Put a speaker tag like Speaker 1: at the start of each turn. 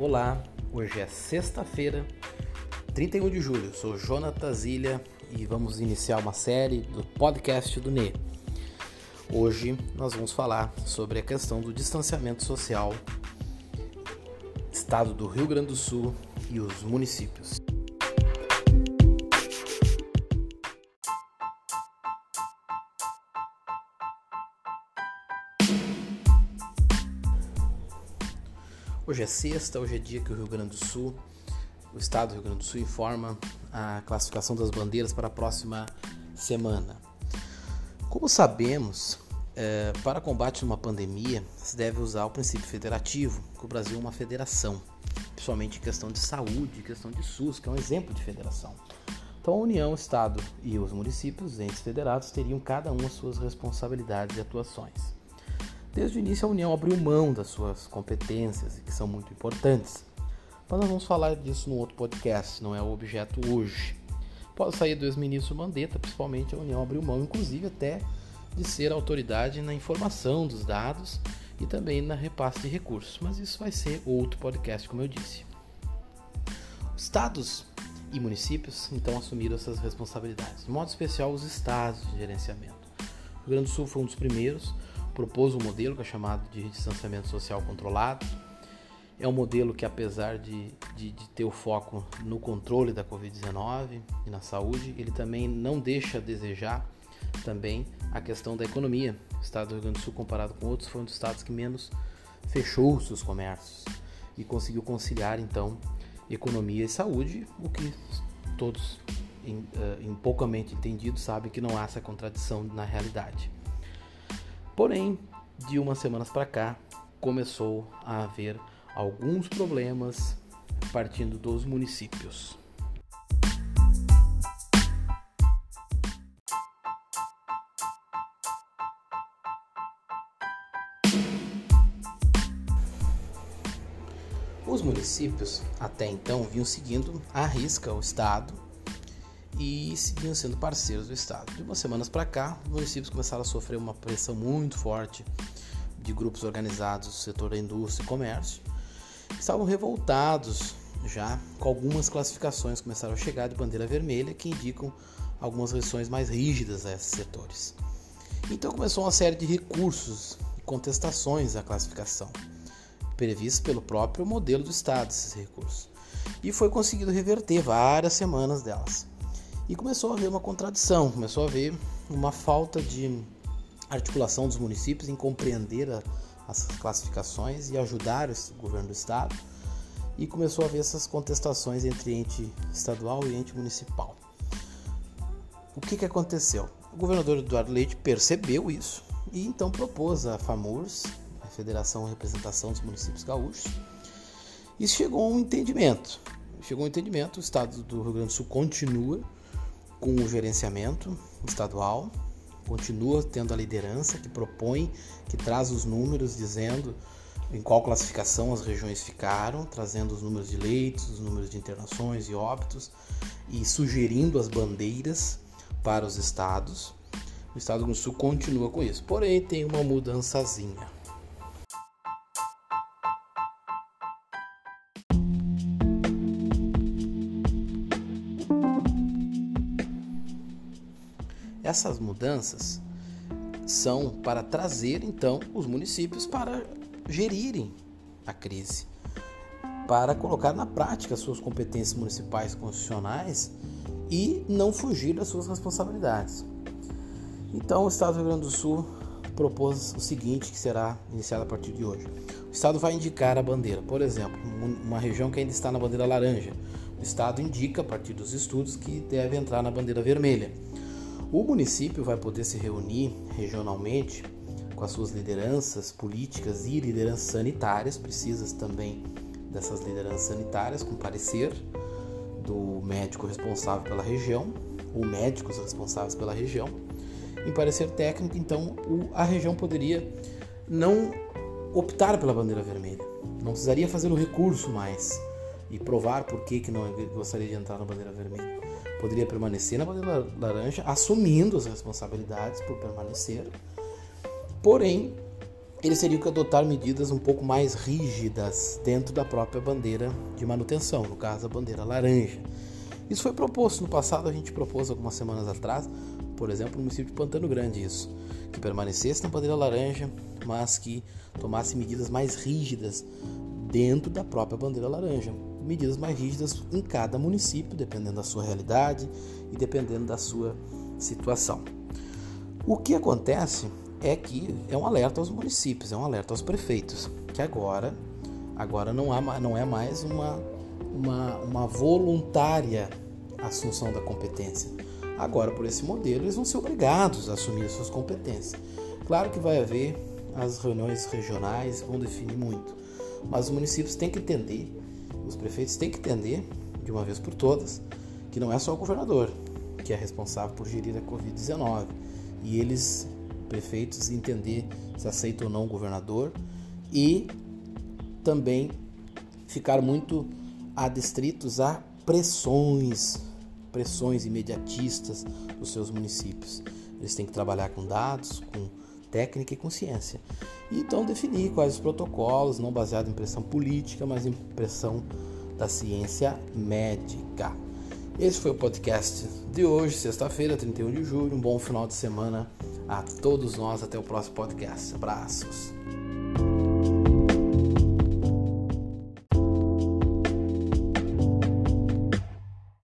Speaker 1: Olá, hoje é sexta-feira, 31 de julho, eu sou Jonathan Zilha e vamos iniciar uma série do podcast do NE. Hoje nós vamos falar sobre a questão do distanciamento social, estado do Rio Grande do Sul e os municípios. Hoje é sexta, hoje é dia que o estado do Rio Grande do Sul informa a classificação das bandeiras para a próxima semana. Como sabemos, para combate a uma pandemia, se deve usar o princípio federativo, que o Brasil é uma federação, principalmente em questão de saúde, em questão de SUS, que é um exemplo de federação. Então a União, o Estado e os municípios, os entes federados, teriam cada um as suas responsabilidades e atuações. Desde o início, a União abriu mão das suas competências, que são muito importantes. Mas nós vamos falar disso num outro podcast, não é o objeto hoje. Pode sair do ex-ministro Mandetta, principalmente a União abriu mão, inclusive até de ser autoridade na informação dos dados e também na repasse de recursos. Mas isso vai ser outro podcast, como eu disse. Estados e municípios, então, assumiram essas responsabilidades. De modo especial, os estados de gerenciamento. O Rio Grande do Sul foi um dos primeiros, propôs um modelo que é chamado de distanciamento social controlado. É um modelo que, apesar de ter o foco no controle da Covid-19 e na saúde, ele também não deixa a desejar também a questão da economia. O estado do Rio Grande do Sul, comparado com outros, foi um dos estados que menos fechou os seus comércios e conseguiu conciliar, então, economia e saúde, o que todos, em poucamente entendido, sabem que não há essa contradição na realidade. Porém, de umas semanas para cá, começou a haver alguns problemas partindo dos municípios. Os municípios, até então, vinham seguindo à risca o Estado e seguiam sendo parceiros do Estado. De umas semanas para cá, os municípios começaram a sofrer uma pressão muito forte de grupos organizados do setor da indústria e comércio, que estavam revoltados já com algumas classificações que começaram a chegar de bandeira vermelha, que indicam algumas restrições mais rígidas a esses setores. Então começou uma série de recursos e contestações à classificação, previstos pelo próprio modelo do Estado, esses recursos. E foi conseguido reverter várias semanas delas. E começou a haver uma contradição, começou a haver uma falta de articulação dos municípios em compreender as classificações e ajudar o governo do estado. E começou a haver essas contestações entre ente estadual e ente municipal. O que aconteceu? O governador Eduardo Leite percebeu isso e então propôs a FAMURS, a Federação e Representação dos Municípios Gaúchos, e chegou a um entendimento. O estado do Rio Grande do Sul continua com o gerenciamento estadual, continua tendo a liderança que propõe, que traz os números dizendo em qual classificação as regiões ficaram, trazendo os números de leitos, os números de internações e óbitos e sugerindo as bandeiras para os estados. O estado do Rio Grande do Sul continua com isso, porém tem uma mudançazinha. Essas mudanças são para trazer, então, os municípios para gerirem a crise, para colocar na prática suas competências municipais constitucionais e não fugir das suas responsabilidades. Então, o Estado do Rio Grande do Sul propôs o seguinte, que será iniciado a partir de hoje. O Estado vai indicar a bandeira. Por exemplo, uma região que ainda está na bandeira laranja, o Estado indica, a partir dos estudos, que deve entrar na bandeira vermelha. O município vai poder se reunir regionalmente com as suas lideranças políticas e lideranças sanitárias, precisa também dessas lideranças sanitárias com parecer do médico responsável pela região, ou médicos responsáveis pela região. Em parecer técnico, então, a região poderia não optar pela bandeira vermelha, não precisaria fazer o recurso mais e provar por que não gostaria de entrar na bandeira vermelha. Poderia permanecer na bandeira laranja, assumindo as responsabilidades por permanecer, porém eles teriam que adotar medidas um pouco mais rígidas dentro da própria bandeira de manutenção, no caso a bandeira laranja. Isso foi proposto no passado, a gente propôs algumas semanas atrás, por exemplo, no município de Pantano Grande, isso, que permanecesse na bandeira laranja, mas que tomasse medidas mais rígidas dentro da própria bandeira laranja. Medidas mais rígidas em cada município, dependendo da sua realidade e dependendo da sua situação. O que acontece é que é um alerta aos municípios, é um alerta aos prefeitos, que agora não é mais uma voluntária assunção da competência. Agora, por esse modelo, eles vão ser obrigados a assumir as suas competências. Claro que vai haver as reuniões regionais, vão definir muito, mas os municípios têm que entender, os prefeitos têm que entender, de uma vez por todas, que não é só o governador que é responsável por gerir a Covid-19, e eles, prefeitos, entender se aceita ou não o governador e também ficar muito adstritos a pressões imediatistas dos seus municípios. Eles têm que trabalhar com dados, com técnica e com ciência. E então definir quais os protocolos, não baseado em pressão política, mas em pressão da ciência médica. Esse foi o podcast de hoje, sexta-feira, 31 de julho. Um bom final de semana a todos nós. Até o próximo podcast. Abraços.